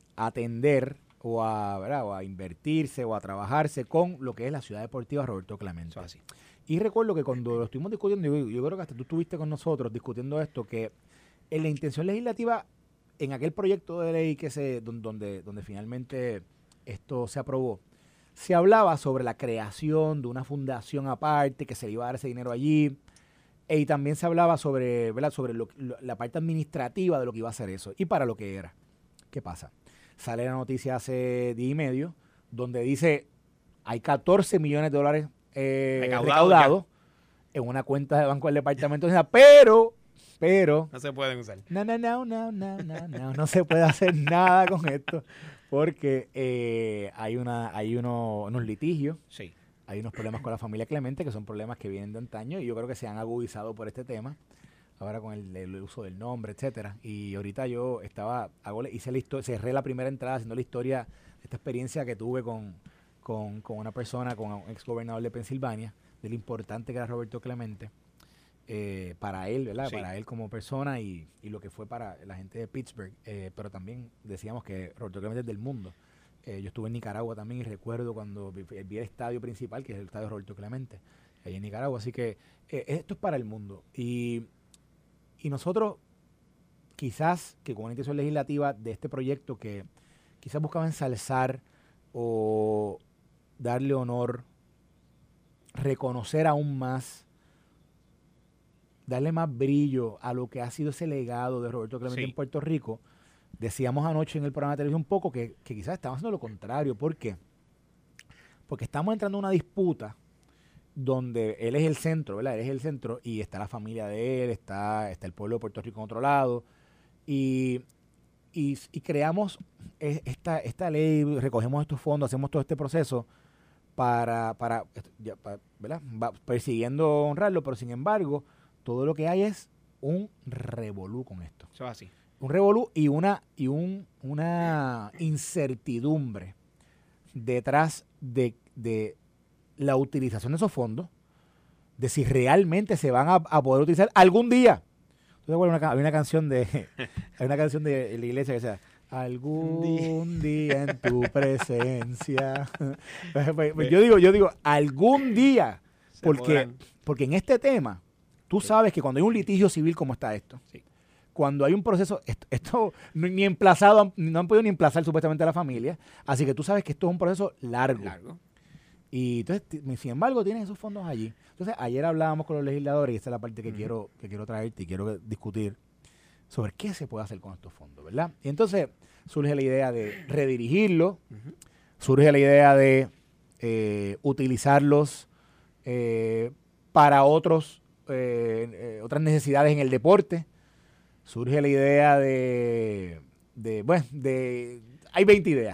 atender o a, ¿verdad? o a invertirse o a trabajarse con lo que es la Ciudad Deportiva Roberto Clemente. Eso es así. Y recuerdo que cuando lo estuvimos discutiendo, yo, yo creo que hasta tú estuviste con nosotros discutiendo esto, que en la intención legislativa, en aquel proyecto de ley que se donde, donde, donde finalmente esto se aprobó, se hablaba sobre la creación de una fundación aparte, que se le iba a dar ese dinero allí, y también se hablaba sobre, ¿verdad? sobre lo, lo, la parte administrativa de lo que iba a ser eso y para lo que era. ¿Qué pasa? Sale la noticia hace día y medio, donde dice hay catorce millones de dólares eh, Recaudado recaudados en una cuenta de banco del departamento de Hacienda, pero, pero, No se pueden usar. no, no, no, no, no, no, no, no se puede hacer nada con esto, porque eh, hay una, hay uno, unos litigios, Sí. hay unos problemas con la familia Clemente, que son problemas que vienen de antaño, y yo creo que se han agudizado por este tema. Ahora con el, el uso del nombre, etcétera. Y ahorita yo estaba, hago, hice la historia, cerré la primera entrada haciendo la historia, esta experiencia que tuve con, con, con una persona, con un ex gobernador de Pensilvania, de lo importante que era Roberto Clemente, eh, para él, ¿verdad? Sí. Para él como persona y, y lo que fue para la gente de Pittsburgh. Eh, pero también decíamos que Roberto Clemente es del mundo. Eh, yo estuve en Nicaragua también y recuerdo cuando vi, vi el estadio principal, que es el estadio Roberto Clemente, ahí en Nicaragua. Así que eh, esto es para el mundo. Y Y nosotros, quizás, que con una intención legislativa de este proyecto que quizás buscaba ensalzar o darle honor, reconocer aún más, darle más brillo a lo que ha sido ese legado de Roberto Clemente Sí. en Puerto Rico, decíamos anoche en el programa de televisión un poco que, que quizás estamos haciendo lo contrario. ¿Por qué? Porque estamos entrando en una disputa donde él es el centro, ¿verdad? Él es el centro y está la familia de él, está, está el pueblo de Puerto Rico en otro lado y, y, y creamos esta, esta ley, recogemos estos fondos, hacemos todo este proceso para, para, ya, para ¿verdad? Va persiguiendo honrarlo, pero sin embargo, todo lo que hay es un revolú con esto. Eso es así. Un revolú y una, y un, una incertidumbre detrás de, de la utilización de esos fondos, de si realmente se van a, a poder utilizar algún día. Entonces, bueno, una, había una canción de hay una canción de la iglesia que decía algún día en tu presencia. Pues, pues yo digo, yo digo, algún día, Se porque, podrán. porque en este tema, tú sabes que cuando hay un litigio civil como está esto, Sí. cuando hay un proceso, esto, esto no, ni emplazado, no han podido ni emplazar supuestamente a la familia, así que tú sabes que esto es un proceso largo. Largo. Y entonces, sin embargo, tienen esos fondos allí. Entonces, ayer hablábamos con los legisladores, y esta es la parte que, Uh-huh. quiero, que quiero traerte y quiero discutir sobre qué se puede hacer con estos fondos, ¿verdad? Y entonces surge la idea de redirigirlo, Uh-huh. surge la idea de eh, utilizarlos eh, para otros eh, eh, otras necesidades en el deporte. Surge la idea de, de bueno, de hay veinte ideas.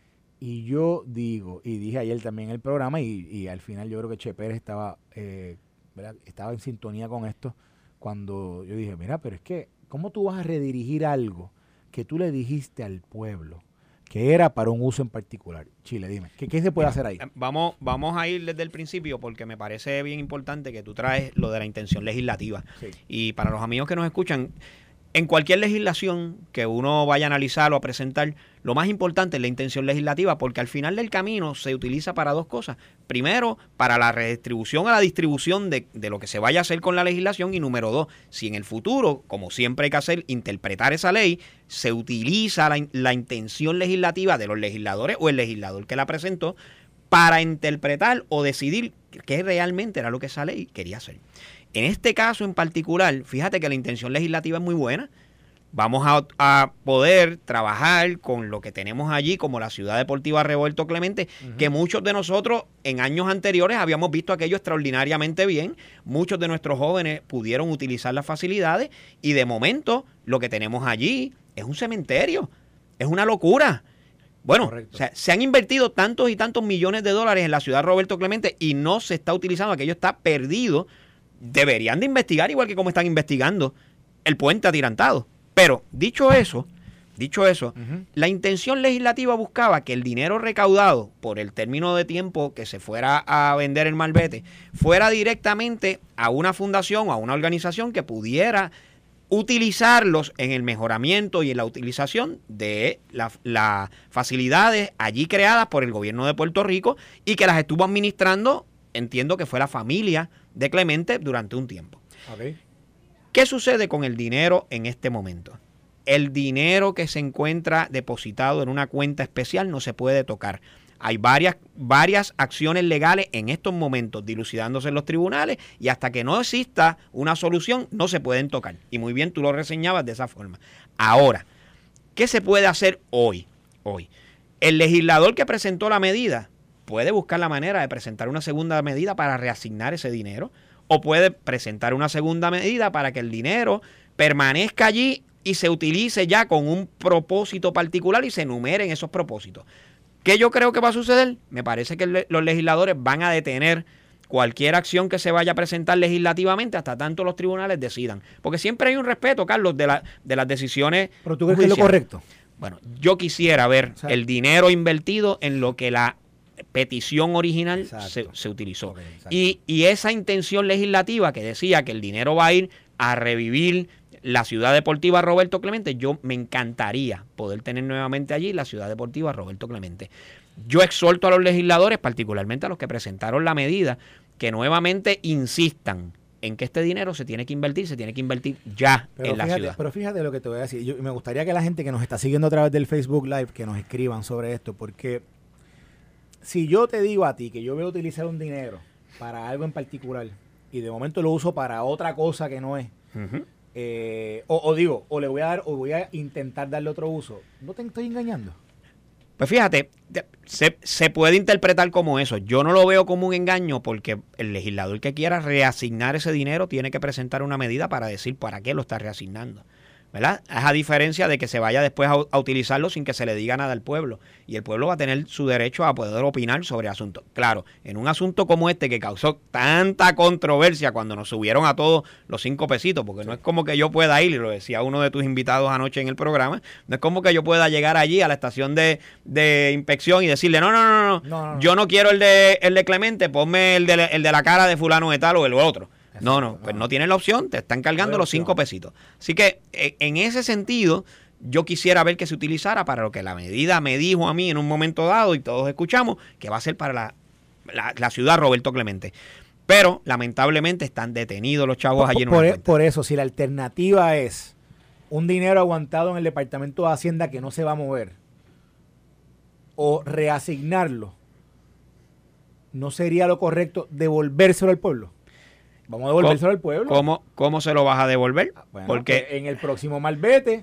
Y yo digo, y dije ayer también en el programa, y, y al final yo creo que Che Pérez estaba, eh, ¿verdad? estaba en sintonía con esto, cuando yo dije, mira, pero es que, ¿cómo tú vas a redirigir algo que tú le dijiste al pueblo que era para un uso en particular? Chile, dime, ¿qué, qué se puede hacer ahí? Vamos, vamos a ir desde el principio porque me parece bien importante que tú traes lo de la intención legislativa. Sí. Y para los amigos que nos escuchan, en cualquier legislación que uno vaya a analizar o a presentar, lo más importante es la intención legislativa, porque al final del camino se utiliza para dos cosas. Primero, para la redistribución a la distribución de, de lo que se vaya a hacer con la legislación, y número dos, si en el futuro, como siempre hay que hacer, interpretar esa ley, se utiliza la, la intención legislativa de los legisladores o el legislador que la presentó para interpretar o decidir qué realmente era lo que esa ley quería hacer. En este caso en particular, fíjate que la intención legislativa es muy buena. Vamos a, a poder trabajar con lo que tenemos allí como la Ciudad Deportiva Roberto Clemente, uh-huh. que muchos de nosotros en años anteriores habíamos visto aquello extraordinariamente bien. Muchos de nuestros jóvenes pudieron utilizar las facilidades y de momento lo que tenemos allí es un cementerio. Es una locura. Bueno, o sea, se han invertido tantos y tantos millones de dólares en la Ciudad Roberto Clemente y no se está utilizando, aquello está perdido. Deberían de investigar igual que como están investigando el puente atirantado. Pero, dicho eso, dicho eso, uh-huh. la intención legislativa buscaba que el dinero recaudado por el término de tiempo que se fuera a vender el malvete fuera directamente a una fundación o a una organización que pudiera utilizarlos en el mejoramiento y en la utilización de las la facilidades allí creadas por el gobierno de Puerto Rico y que las estuvo administrando, entiendo que fue la familia de Clemente durante un tiempo. Okay. ¿Qué sucede con el dinero en este momento? El dinero que se encuentra depositado en una cuenta especial no se puede tocar. Hay varias, varias acciones legales en estos momentos dilucidándose en los tribunales y hasta que no exista una solución no se pueden tocar. Y muy bien, tú lo reseñabas de esa forma. Ahora, ¿qué se puede hacer hoy? Hoy, el legislador que presentó la medida puede buscar la manera de presentar una segunda medida para reasignar ese dinero, o puede presentar una segunda medida para que el dinero permanezca allí y se utilice ya con un propósito particular y se enumeren esos propósitos. ¿Qué yo creo que va a suceder? Me parece que le, los legisladores van a detener cualquier acción que se vaya a presentar legislativamente hasta tanto los tribunales decidan. Porque siempre hay un respeto, Carlos, de, la, de las decisiones. ¿Pero tú crees que es lo correcto? Bueno, yo quisiera ver, o sea, el dinero invertido en lo que la petición original se, se utilizó. Okay, y, y esa intención legislativa que decía que el dinero va a ir a revivir la Ciudad Deportiva Roberto Clemente, yo me encantaría poder tener nuevamente allí la Ciudad Deportiva Roberto Clemente. Yo exhorto a los legisladores, particularmente a los que presentaron la medida, que nuevamente insistan en que este dinero se tiene que invertir, se tiene que invertir ya pero en la fíjate, ciudad. Pero fíjate lo que te voy a decir. Yo, me gustaría que la gente que nos está siguiendo a través del Facebook Live, que nos escriban sobre esto, porque si yo te digo a ti que yo voy a utilizar un dinero para algo en particular y de momento lo uso para otra cosa que no es, uh-huh. eh, o, o digo, o le voy a dar, o voy a intentar darle otro uso, ¿no te estoy engañando? Pues fíjate, se, se puede interpretar como eso. Yo no lo veo como un engaño porque el legislador que quiera reasignar ese dinero tiene que presentar una medida para decir para qué lo está reasignando, ¿verdad? Es a diferencia de que se vaya después a, a utilizarlo sin que se le diga nada al pueblo. Y el pueblo va a tener su derecho a poder opinar sobre asuntos. Claro, en un asunto como este que causó tanta controversia cuando nos subieron a todos los cinco pesitos, porque sí. no es como que yo pueda ir, y lo decía uno de tus invitados anoche en el programa, no es como que yo pueda llegar allí a la estación de, de inspección y decirle, no, no, no, no, no, no, yo no quiero el de, el de Clemente, ponme el de, el de la cara de fulano de tal o el otro. No, no, pues no tienes la opción, te están cargando los cinco pesitos. Así que en ese sentido, yo quisiera ver que se utilizara para lo que la medida me dijo a mí en un momento dado y todos escuchamos, que va a ser para la, la, la ciudad Roberto Clemente. Pero lamentablemente están detenidos los chavos allí en una cuenta. Por eso, si la alternativa es un dinero aguantado en el Departamento de Hacienda que no se va a mover, o reasignarlo, ¿no sería lo correcto devolvérselo al pueblo? Vamos a devolvérselo al pueblo. ¿Cómo, ¿Cómo se lo vas a devolver? Bueno, porque en el próximo malvete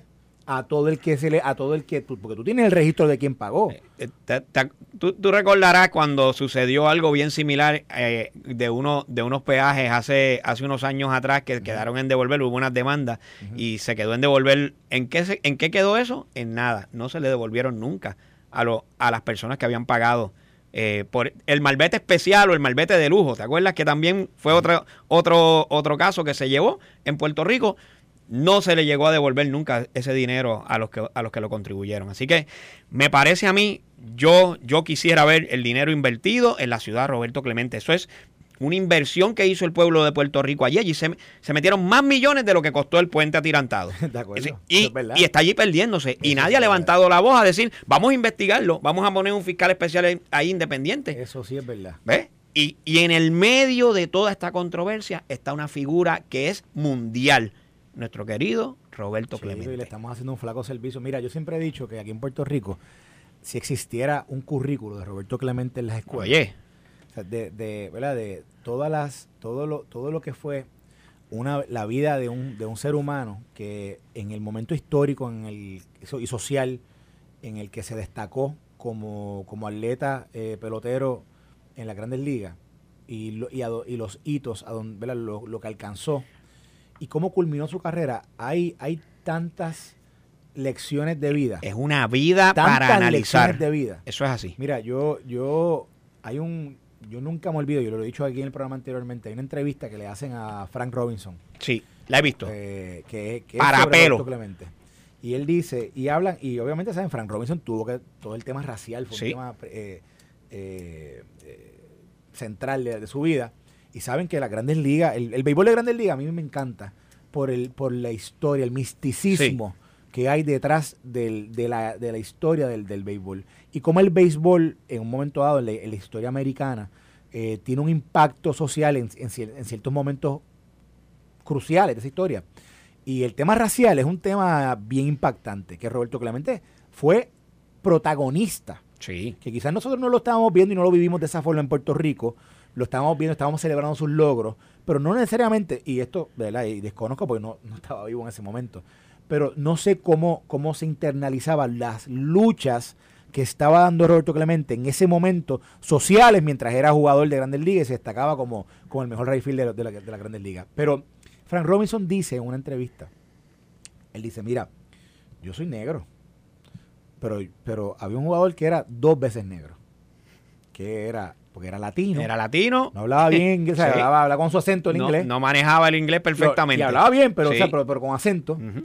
a todo el que se le, a todo el que tú, porque tú tienes el registro de quién pagó. Eh, te, te, tú, tú recordarás cuando sucedió algo bien similar eh, de uno de unos peajes hace hace unos años atrás que uh-huh. quedaron en devolver, hubo unas demandas uh-huh. y se quedó en devolver. ¿En qué se, en qué quedó eso? En nada, no se le devolvieron nunca a lo, a las personas que habían pagado eh, por el malvete especial o el malvete de lujo. ¿Te acuerdas que también fue otro otro otro caso que se llevó en Puerto Rico? No se le llegó a devolver nunca ese dinero a los que a los que lo contribuyeron. Así que me parece a mí, yo, yo quisiera ver el dinero invertido en la ciudad de Roberto Clemente. Eso es una inversión que hizo el pueblo de Puerto Rico allí. Allí se, se metieron más millones de lo que costó el puente atirantado. De acuerdo. Y, y, y está allí perdiéndose. Eso y nadie ha levantado la voz a decir, vamos a investigarlo, vamos a poner un fiscal especial ahí independiente. Eso sí es verdad. ¿Ves? Y, y en el medio de toda esta controversia está una figura que es mundial. Nuestro querido Roberto sí, Clemente. Y le estamos haciendo un flaco servicio. Mira, yo siempre he dicho que aquí en Puerto Rico, si existiera un currículo de Roberto Clemente en las escuelas, oye, o sea, de, de, ¿verdad? de todas las, todo lo, todo lo que fue una, la vida de un, de un ser humano que en el momento histórico en el, y social en el que se destacó como, como atleta eh, pelotero en las Grandes Ligas y, lo, y, a, y los hitos a donde, ¿verdad? Lo, lo que alcanzó y cómo culminó su carrera, hay, hay tantas lecciones de vida. Es una vida para analizar. Lecciones de vida. Eso es así. Mira, yo, yo, hay un, yo nunca me olvido, yo lo he dicho aquí en el programa anteriormente, hay una entrevista que le hacen a Frank Robinson. Sí, la he visto. Eh, que, que para es sobre pelo. Roberto Clemente. Y él dice, y hablan, y obviamente saben, Frank Robinson tuvo que, todo el tema racial fue sí. un tema eh, eh, eh, central de, de su vida. Y saben que las Grandes Ligas, el, el béisbol de Grandes Ligas a mí me encanta por el por la historia, el misticismo sí. que hay detrás del, de, la, de la historia del, del béisbol. Y cómo el béisbol, en un momento dado, en la, en la historia americana, eh, tiene un impacto social en, en, en ciertos momentos cruciales de esa historia. Y el tema racial es un tema bien impactante, que Roberto Clemente fue protagonista. Sí. Que quizás nosotros no lo estábamos viendo y no lo vivimos de esa forma en Puerto Rico, lo estábamos viendo, estábamos celebrando sus logros, pero no necesariamente, y esto, ¿verdad? Y desconozco porque no, no estaba vivo en ese momento, pero no sé cómo, cómo se internalizaban las luchas que estaba dando Roberto Clemente en ese momento, sociales, mientras era jugador de Grandes Ligas y se destacaba como, como el mejor right fielder de, de, la, de las Grandes Ligas. Pero Frank Robinson dice en una entrevista, él dice, mira, yo soy negro, pero, pero había un jugador que era dos veces negro, que era... porque era latino. Era latino. No hablaba bien inglés, sí. hablaba, hablaba con su acento en no, inglés. No manejaba el inglés perfectamente. Y hablaba bien, pero, sí. o sea, pero, pero con acento. Uh-huh.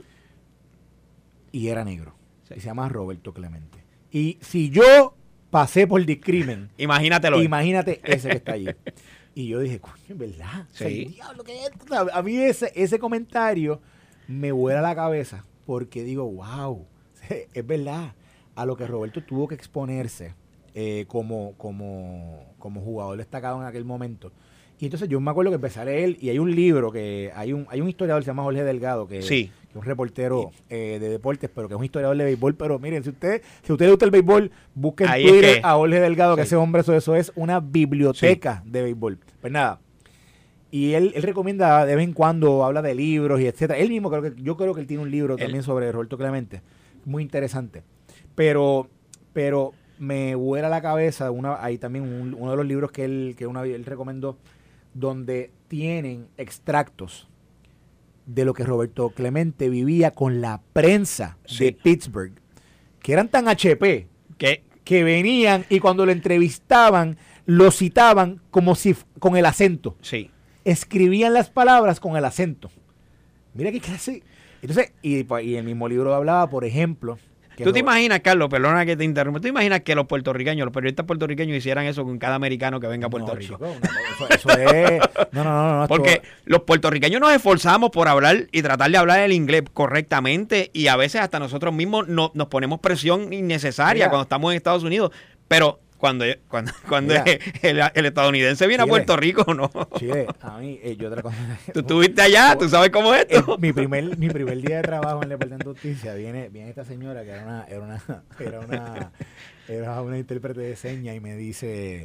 Y era negro. Sí. Y se llama Roberto Clemente. Y si yo pasé por discrimen, imagínatelo. Imagínate ese que está allí. Y yo dije, coño, es verdad. Sí. O sea, diablo, ¿qué es esto? A mí ese, ese comentario me vuela la cabeza porque digo, wow, es verdad. A lo que Roberto tuvo que exponerse. Eh, como, como, como jugador destacado en aquel momento. Y entonces yo me acuerdo que empecé a leer, y hay un libro que hay un hay un historiador que se llama Jorge Delgado, que, sí. que es un reportero eh, de deportes, pero que es un historiador de béisbol. Pero miren, si usted si usted le gusta el béisbol, busquen en Twitter que, a Jorge Delgado, sí. que ese hombre, eso, eso es una biblioteca sí. de béisbol. Pues nada, y él, él recomienda de vez en cuando, habla de libros y etcétera. Él mismo, creo que yo creo que él tiene un libro él. también sobre Roberto Clemente, muy interesante. Pero, pero me vuela la cabeza, una, hay también un, uno de los libros que él, que una, él recomendó, donde tienen extractos de lo que Roberto Clemente vivía con la prensa sí. de Pittsburgh, que eran tan H P, ¿Qué? que venían y cuando lo entrevistaban, lo citaban como si con el acento. Sí. Escribían las palabras con el acento. Mira qué clase. Entonces, y, y el mismo libro hablaba, por ejemplo... ¿Tú te imaginas, Carlos, perdona que te interrumpa, tú te imaginas que los puertorriqueños, los periodistas puertorriqueños hicieran eso con cada americano que venga a Puerto no, Rico? Chico, no, eso, eso es... No, no, no. no Porque esto... los puertorriqueños nos esforzamos por hablar y tratar de hablar el inglés correctamente y a veces hasta nosotros mismos no, nos ponemos presión innecesaria Mira. cuando estamos en Estados Unidos, pero... Cuando, cuando, cuando el, el estadounidense viene Chile, a Puerto Rico, ¿no? Chile, a mí, eh, yo otra cosa. Tú estuviste allá, tú sabes cómo es esto. Eh, mi, primer, mi primer día de trabajo en el Departamento de Justicia, viene, viene esta señora que era una, era una, era una, era una intérprete de señas y me dice,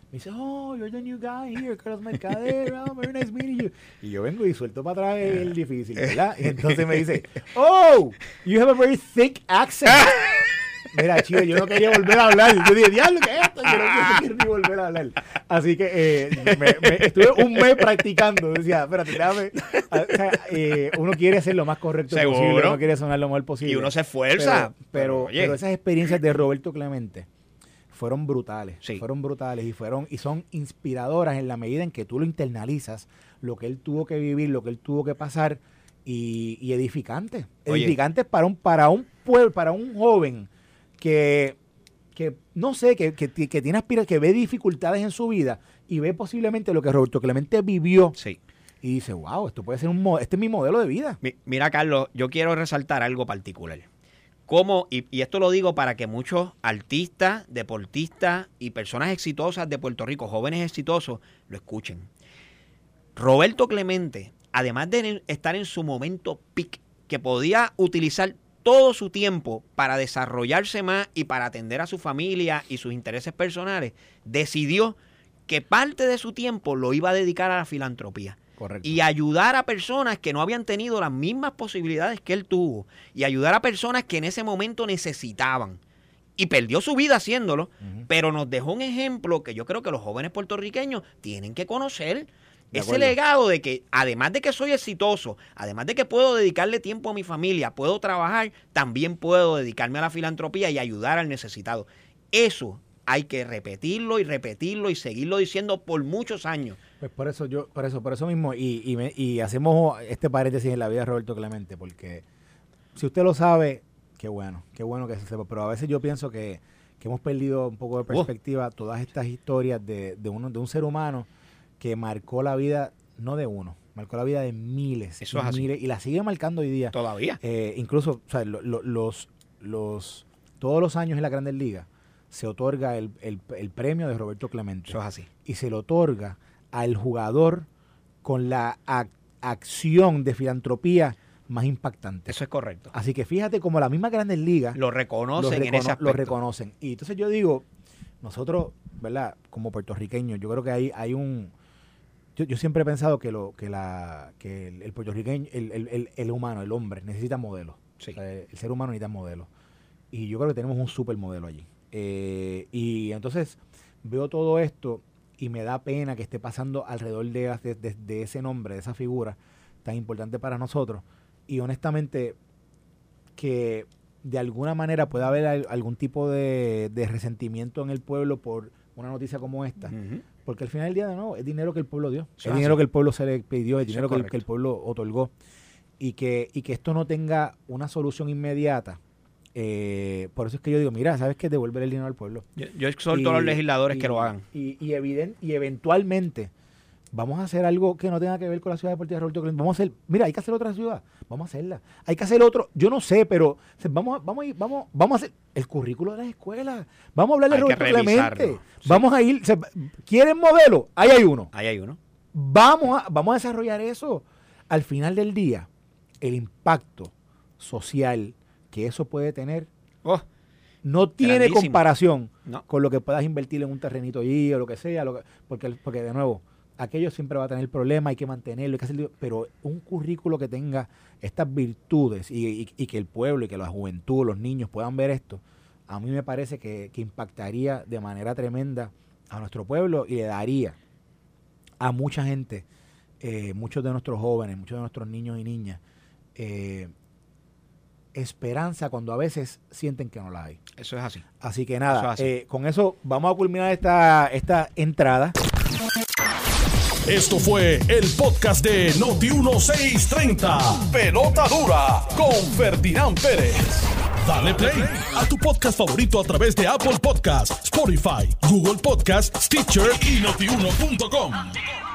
Me dice, oh, you're the new guy here, Carlos Mercader, oh, very nice meeting you. Y yo vengo y suelto para atrás el difícil, ¿verdad? Y entonces me dice, oh, you have a very thick accent. Mira, chido, yo no quería volver a hablar. Yo dije, diablo, ¿qué es esto? Yo no quiero ni volver a hablar. Así que eh, me, me, estuve un mes practicando. Decía, espérate, déjame. O sea, eh, uno quiere hacer lo más correcto ¿Seguro? posible, uno quiere sonar lo mejor posible. Y uno se esfuerza. Pero, pero, pero, pero esas experiencias de Roberto Clemente fueron brutales. Sí. Fueron brutales y fueron y son inspiradoras en la medida en que tú lo internalizas, lo que él tuvo que vivir, lo que él tuvo que pasar y, y edificantes. Oye. Edificantes para un, para un pueblo, para un joven que, que no sé, que, que, que tiene aspira, que ve dificultades en su vida y ve posiblemente lo que Roberto Clemente vivió. Sí. Y dice, wow, esto puede ser un este es mi modelo de vida. Mira, Carlos, yo quiero resaltar algo particular. Cómo, y, y esto lo digo para que muchos artistas, deportistas y personas exitosas de Puerto Rico, jóvenes exitosos, lo escuchen. Roberto Clemente, además de estar en su momento peak, que podía utilizar todo su tiempo para desarrollarse más y para atender a su familia y sus intereses personales, decidió que parte de su tiempo lo iba a dedicar a la filantropía. Correcto. Y ayudar a personas que no habían tenido las mismas posibilidades que él tuvo. Y ayudar a personas que en ese momento necesitaban. Y perdió su vida haciéndolo, uh-huh. pero nos dejó un ejemplo que yo creo que los jóvenes puertorriqueños tienen que conocer. De ese acuerdo. legado de que, además de que soy exitoso, además de que puedo dedicarle tiempo a mi familia, puedo trabajar, también puedo dedicarme a la filantropía y ayudar al necesitado. Eso hay que repetirlo y repetirlo y seguirlo diciendo por muchos años. Pues por eso yo, por eso, por eso mismo, y, y, me, y hacemos este paréntesis en la vida de Roberto Clemente, porque si usted lo sabe, qué bueno, qué bueno que se sepa, pero a veces yo pienso que, que hemos perdido un poco de perspectiva uh. todas estas historias de, de, uno, de un ser humano que marcó la vida, no de uno, marcó la vida de miles, Eso y es así. miles, y la sigue marcando hoy día. Todavía. Eh, incluso, o sea, lo, lo, los, los, todos los años en la Grandes Ligas se otorga el, el, el premio de Roberto Clemente. Eso es así. Y se lo otorga al jugador con la ac- acción de filantropía más impactante. Eso es correcto. Así que fíjate como las mismas Grandes Ligas lo reconocen lo, recono- en ese aspecto. lo reconocen. Y entonces yo digo, nosotros, ¿verdad? Como puertorriqueños, yo creo que hay, hay un... Yo, yo siempre he pensado que lo que la que el, el puertorriqueño, el, el, el, el humano, el hombre, necesita modelos. Sí. O sea, el ser humano necesita modelos. Y yo creo que tenemos un super modelo allí. Eh, y entonces veo todo esto y me da pena que esté pasando alrededor de, de, de, de ese nombre, de esa figura tan importante para nosotros. Y honestamente, que de alguna manera pueda haber al, algún tipo de, de resentimiento en el pueblo por una noticia como esta. Uh-huh. Porque al final del día, no, es dinero que el pueblo dio. Eso es es dinero así. que el pueblo se le pidió, es Eso dinero es que el, correcto. que el pueblo otorgó. Y que, y que esto no tenga una solución inmediata. Eh, por eso es que yo digo, mira, ¿sabes qué? Devolver el dinero al pueblo. Yo, yo exhorto a los legisladores y, que lo hagan. Y, y, evident, y eventualmente vamos a hacer algo que no tenga que ver con la ciudad deportiva de Roberto Clemente. Vamos a hacer, mira, hay que hacer otra ciudad, vamos a hacerla. Hay que hacer otro, yo no sé, pero vamos, vamos, a ir, vamos, vamos a hacer el currículo de las escuelas. Vamos a hablar de Hay Roberto que revisarlo, Clemente. sí. Vamos a ir, se, ¿quieren modelo? Ahí hay uno. Ahí hay uno. Vamos a, vamos a desarrollar eso. Al final del día, el impacto social que eso puede tener Oh, no tiene grandísimo. comparación No. con lo que puedas invertir en un terrenito allí o lo que sea, lo que, porque, porque de nuevo, aquello siempre va a tener problemas, hay que mantenerlo, hay que hacerlo, pero un currículo que tenga estas virtudes y, y, y que el pueblo y que la juventud, los niños puedan ver esto, a mí me parece que, que impactaría de manera tremenda a nuestro pueblo y le daría a mucha gente, eh, muchos de nuestros jóvenes, muchos de nuestros niños y niñas, eh, esperanza cuando a veces sienten que no la hay. Eso es así. Así que Eso nada, es así. eh, con eso vamos a culminar esta, esta entrada. Esto fue el podcast de Noti dieciséis treinta. Pelota dura con Ferdinand Pérez. Dale play a tu podcast favorito a través de Apple Podcasts, Spotify, Google Podcasts, Stitcher y notiuno punto com.